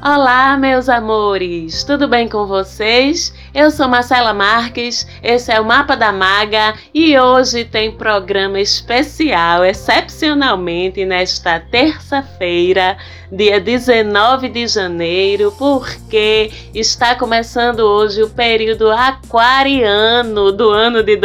Olá, meus amores! Tudo bem com vocês? Eu sou Marcela Marques, esse é o Mapa da Maga e hoje tem programa especial, excepcionalmente nesta terça-feira, dia 19 de janeiro, porque está começando hoje o período aquariano do ano de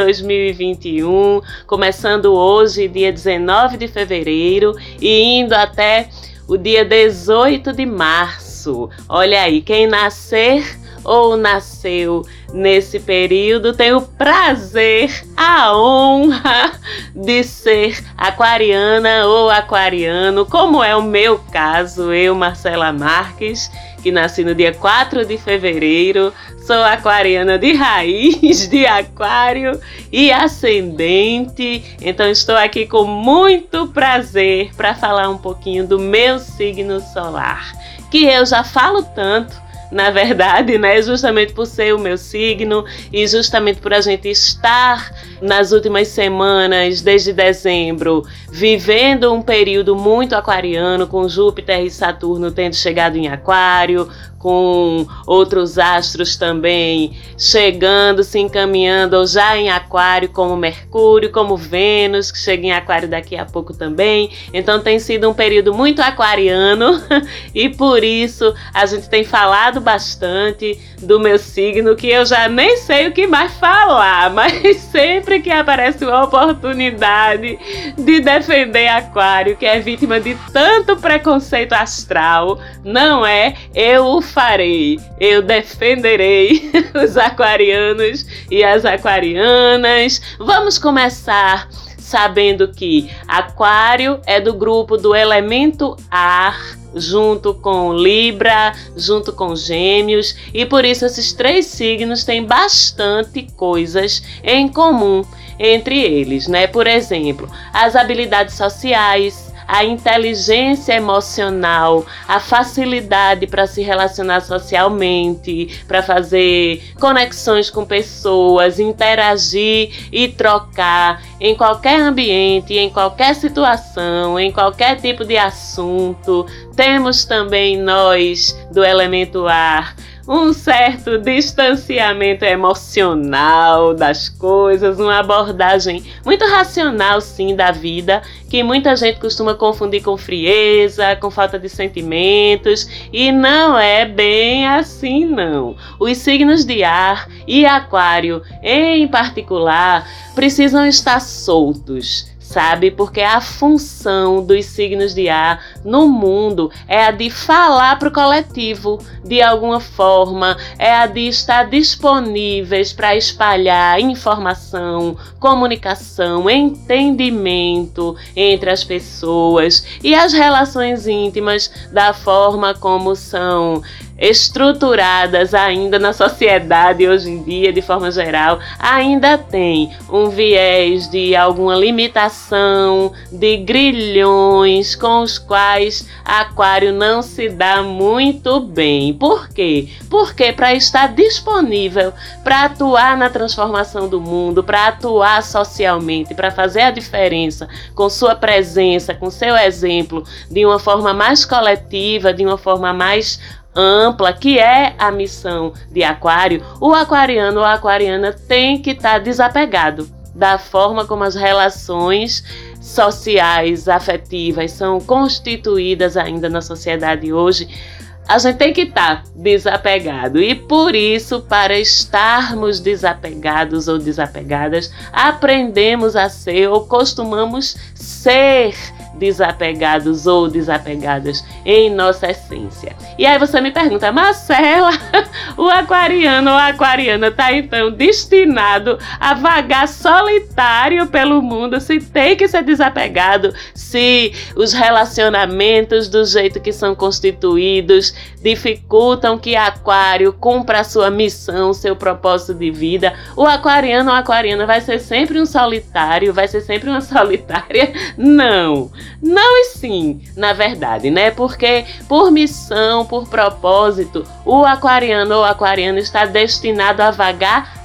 2021, começando hoje, dia 19 de fevereiro e indo até o dia 18 de março. Olha aí, quem nascer ou nasceu nesse período tem o prazer, a honra de ser aquariana ou aquariano, como é o meu caso, eu, Marcela Marques, que nasci no dia 4 de fevereiro, sou aquariana de raiz, de aquário e ascendente, então estou aqui com muito prazer para falar um pouquinho do meu signo solar, que eu já falo tanto, na verdade, né, justamente por ser o meu signo e justamente por a gente estar nas últimas semanas, desde dezembro, vivendo um período muito aquariano, com Júpiter e Saturno tendo chegado em aquário, com outros astros também chegando, se encaminhando ou já em aquário, como Mercúrio, como Vênus, que chega em aquário daqui a pouco também. Então tem sido um período muito aquariano e por isso a gente tem falado bastante do meu signo, que eu já nem sei o que mais falar, mas sempre que aparece uma oportunidade de defender aquário, que é vítima de tanto preconceito astral, não é? Eu o farei, eu defenderei os aquarianos e as aquarianas. Vamos começar sabendo que Aquário é do grupo do elemento ar, junto com Libra, junto com Gêmeos, e por isso esses três signos têm bastante coisas em comum entre eles, né? Por exemplo, as habilidades sociais, a inteligência emocional, a facilidade para se relacionar socialmente, para fazer conexões com pessoas, interagir e trocar em qualquer ambiente, em qualquer situação, em qualquer tipo de assunto. Temos também nós, do elemento ar, um certo distanciamento emocional das coisas, uma abordagem muito racional, sim, da vida, que muita gente costuma confundir com frieza, com falta de sentimentos, e não é bem assim, não. Os signos de ar e aquário, em particular, precisam estar soltos, sabe? Porque a função dos signos de ar no mundo é a de falar para o coletivo de alguma forma, é a de estar disponíveis para espalhar informação, comunicação, entendimento entre as pessoas e as relações íntimas da forma como são estruturadas ainda na sociedade hoje em dia, de forma geral, ainda tem um viés de alguma limitação, de grilhões com os quais Aquário não se dá muito bem. Por quê? Porque para estar disponível para atuar na transformação do mundo, para atuar socialmente, para fazer a diferença com sua presença, com seu exemplo, de uma forma mais coletiva, de uma forma mais ampla, que é a missão de Aquário, o aquariano ou a aquariana tem que estar desapegado da forma como as relações sociais, afetivas são constituídas ainda na sociedade hoje. A gente tem que estar desapegado e por isso, para estarmos desapegados ou desapegadas, aprendemos a ser ou costumamos ser desapegados ou desapegadas em nossa essência. E aí você me pergunta, Marcela, o aquariano ou a aquariana está então destinado a vagar solitário pelo mundo, se tem que ser desapegado, se os relacionamentos do jeito que são constituídos dificultam que Aquário cumpra a sua missão, seu propósito de vida, o aquariano ou a aquariana vai ser sempre um solitário, vai ser sempre uma solitária? Não e sim, na verdade, né? Porque por missão, por propósito, o aquariano ou a aquariana está destinado a vagar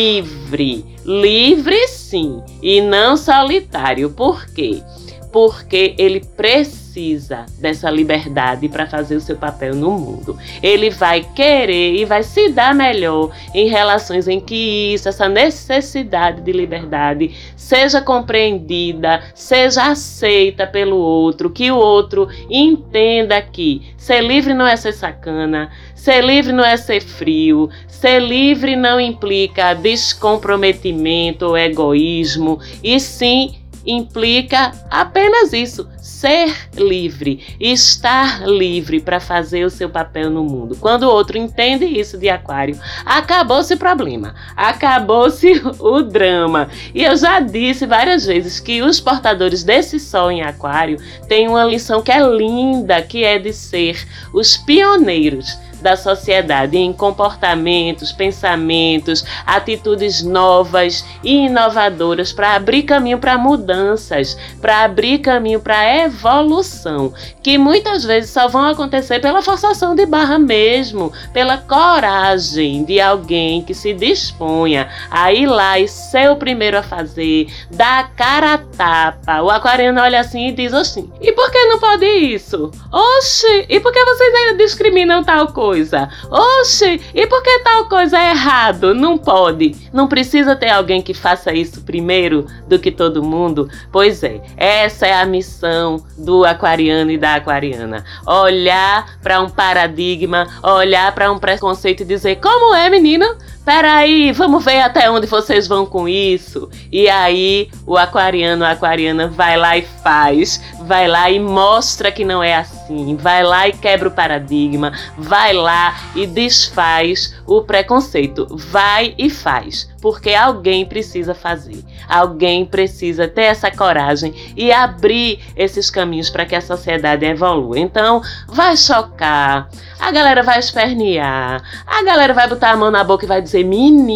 livre sim, e não solitário. Por quê? Porque ele precisa precisa dessa liberdade para fazer o seu papel no mundo. Ele vai querer e vai se dar melhor em relações em que essa necessidade de liberdade seja compreendida, seja aceita pelo outro, que o outro entenda que ser livre não é ser sacana, ser livre não é ser frio, ser livre não implica descomprometimento ou egoísmo, e sim implica apenas isso, ser livre, estar livre para fazer o seu papel no mundo. Quando o outro entende isso de Aquário, acabou-se o problema, acabou-se o drama. E eu já disse várias vezes que os portadores desse Sol em Aquário têm uma lição que é linda, que é de ser os pioneiros da sociedade em comportamentos, pensamentos, atitudes novas e inovadoras para abrir caminho para mudanças, para abrir caminho para evolução, que muitas vezes só vão acontecer pela forçação de barra mesmo, pela coragem de alguém que se disponha a ir lá e ser o primeiro a fazer, dar a cara a tapa. O aquariano olha assim e diz assim: e por que não pode isso? Oxe, e por que vocês ainda discriminam tal coisa? Oxe, e por que tal coisa é errado? Não pode. Não precisa ter alguém que faça isso primeiro do que todo mundo? Pois é, essa é a missão do aquariano e da aquariana. Olhar para um paradigma, olhar para um preconceito e dizer: como é, menino? Peraí, vamos ver até onde vocês vão com isso. E aí o aquariano, a aquariana vai lá e faz, vai lá e mostra que não é assim, vai lá e quebra o paradigma, vai lá e desfaz o preconceito, vai e faz, porque alguém precisa fazer, alguém precisa ter essa coragem e abrir esses caminhos para que a sociedade evolua. Então vai chocar, a galera vai espernear, a galera vai botar a mão na boca e vai dizer: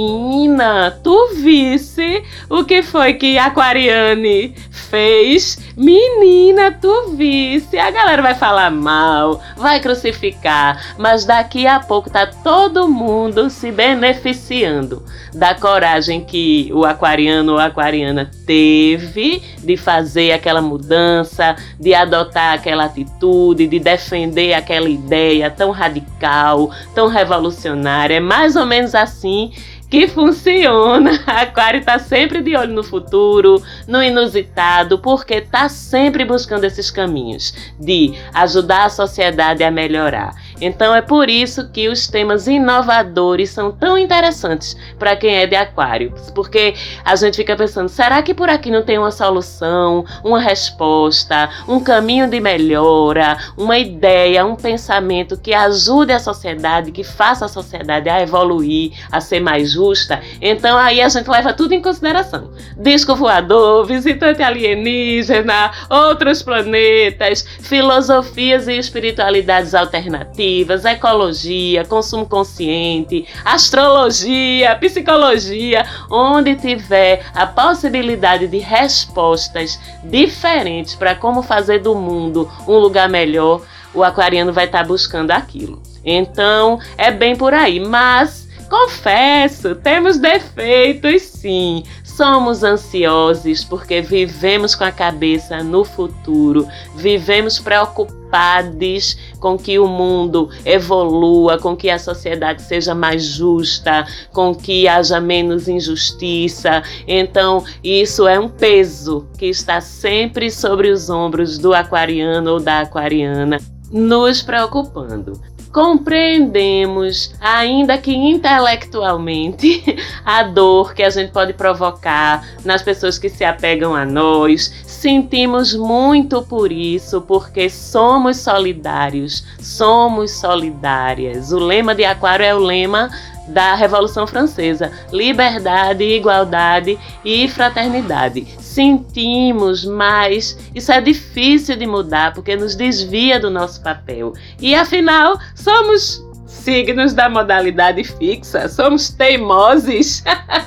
menina, tu visse o que foi que a Aquariane fez? Menina, tu visse. A galera vai falar mal, vai crucificar, mas daqui a pouco tá todo mundo se beneficiando da coragem que o aquariano ou a aquariana teve de fazer aquela mudança, de adotar aquela atitude, de defender aquela ideia tão radical, tão revolucionária. É mais ou menos assim que funciona. Aquário está sempre de olho no futuro, no inusitado, porque está sempre buscando esses caminhos de ajudar a sociedade a melhorar. Então é por isso que os temas inovadores são tão interessantes para quem é de Aquário, porque a gente fica pensando: será que por aqui não tem uma solução, uma resposta, um caminho de melhora, uma ideia, um pensamento que ajude a sociedade, que faça a sociedade a evoluir, a ser mais justa? Então aí a gente leva tudo em consideração: disco voador, visitante alienígena, outros planetas, filosofias e espiritualidades alternativas, ecologia, consumo consciente, astrologia, psicologia. Onde tiver a possibilidade de respostas diferentes para como fazer do mundo um lugar melhor, o aquariano vai estar buscando aquilo. Então é bem por aí, mas confesso, temos defeitos sim. Somos ansiosos porque vivemos com a cabeça no futuro, vivemos preocupados com que o mundo evolua, com que a sociedade seja mais justa, com que haja menos injustiça. Então, isso é um peso que está sempre sobre os ombros do aquariano ou da aquariana, nos preocupando. Compreendemos, ainda que intelectualmente, a dor que a gente pode provocar nas pessoas que se apegam a nós. Sentimos muito por isso, porque somos solidários, somos solidárias. O lema de Aquário é o lema da Revolução Francesa: liberdade, igualdade e fraternidade. Sentimos, mas isso é difícil de mudar porque nos desvia do nosso papel. E afinal, somos signos da modalidade fixa, somos teimosos,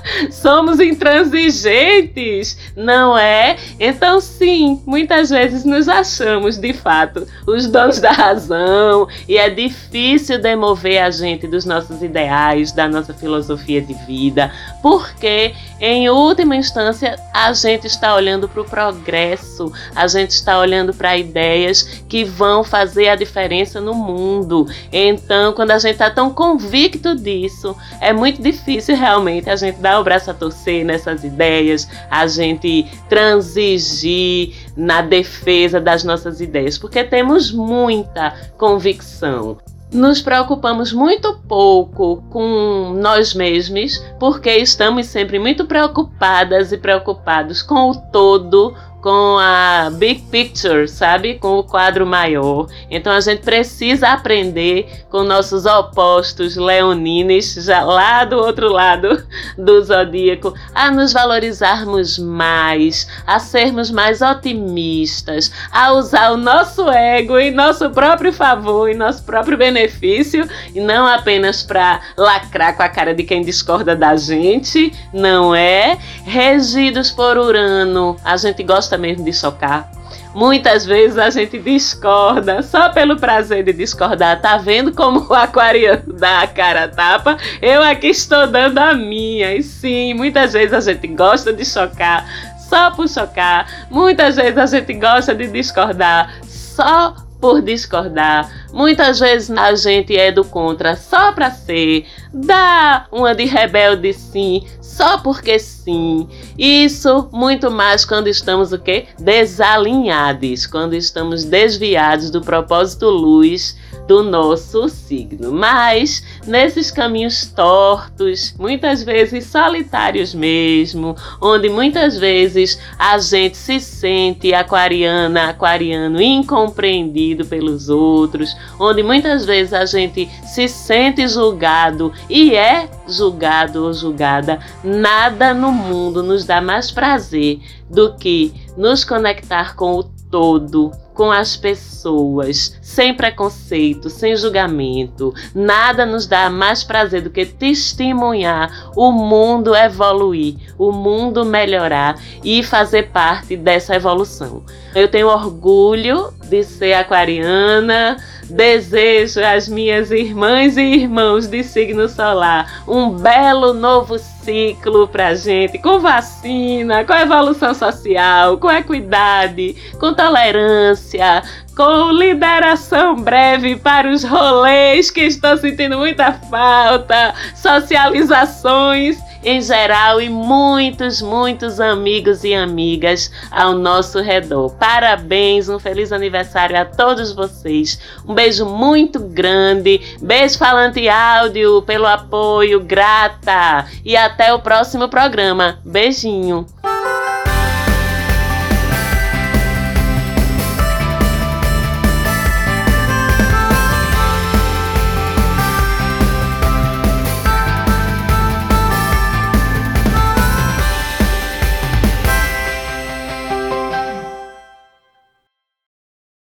somos intransigentes, não é? Então sim, muitas vezes nos achamos de fato os donos da razão e é difícil demover a gente dos nossos ideais, da nossa filosofia de vida, porque em última instância a gente está olhando para o progresso, a gente está olhando para ideias que vão fazer a diferença no mundo. Então, quando a gente está tão convicto disso, é muito difícil realmente a gente dar o braço a torcer nessas ideias, a gente transigir na defesa das nossas ideias, porque temos muita convicção. Nos preocupamos muito pouco com nós mesmos, porque estamos sempre muito preocupadas e preocupados com o todo, com a big picture, sabe? Com o quadro maior. Então a gente precisa aprender com nossos opostos leonines, já lá do outro lado do zodíaco, a nos valorizarmos mais, a sermos mais otimistas, a usar o nosso ego em nosso próprio favor, em nosso próprio benefício, e não apenas para lacrar com a cara de quem discorda da gente, não é? Regidos por Urano, a gente gosta mesmo de chocar. Muitas vezes a gente discorda só pelo prazer de discordar. Tá vendo como o aquariano dá a cara a tapa? Eu aqui estou dando a minha. E sim, muitas vezes a gente gosta de chocar só por chocar. Muitas vezes a gente gosta de discordar só por discordar. Muitas vezes a gente é do contra só pra ser, dá uma de rebelde sim, só porque sim. Isso muito mais quando estamos o quê? Desalinhados, quando estamos desviados do propósito luz do nosso signo. Mas nesses caminhos tortos, muitas vezes solitários mesmo, onde muitas vezes a gente se sente aquariano incompreendido pelos outros, onde muitas vezes a gente se sente julgado e é julgado ou julgada, nada no mundo nos dá mais prazer do que nos conectar com o todo, com as pessoas, sem preconceito, sem julgamento. Nada nos dá mais prazer do que testemunhar o mundo evoluir, o mundo melhorar e fazer parte dessa evolução. Eu tenho orgulho de ser aquariana. Desejo às minhas irmãs e irmãos de signo solar um belo novo ciclo pra gente, com vacina, com evolução social, com equidade, com tolerância, com liberação breve para os rolês que estou sentindo muita falta, socializações em geral e muitos amigos e amigas ao nosso redor. Parabéns, um feliz aniversário a todos vocês. Um beijo muito grande, beijo Falante Áudio pelo apoio, grata, e até o próximo programa. Beijinho.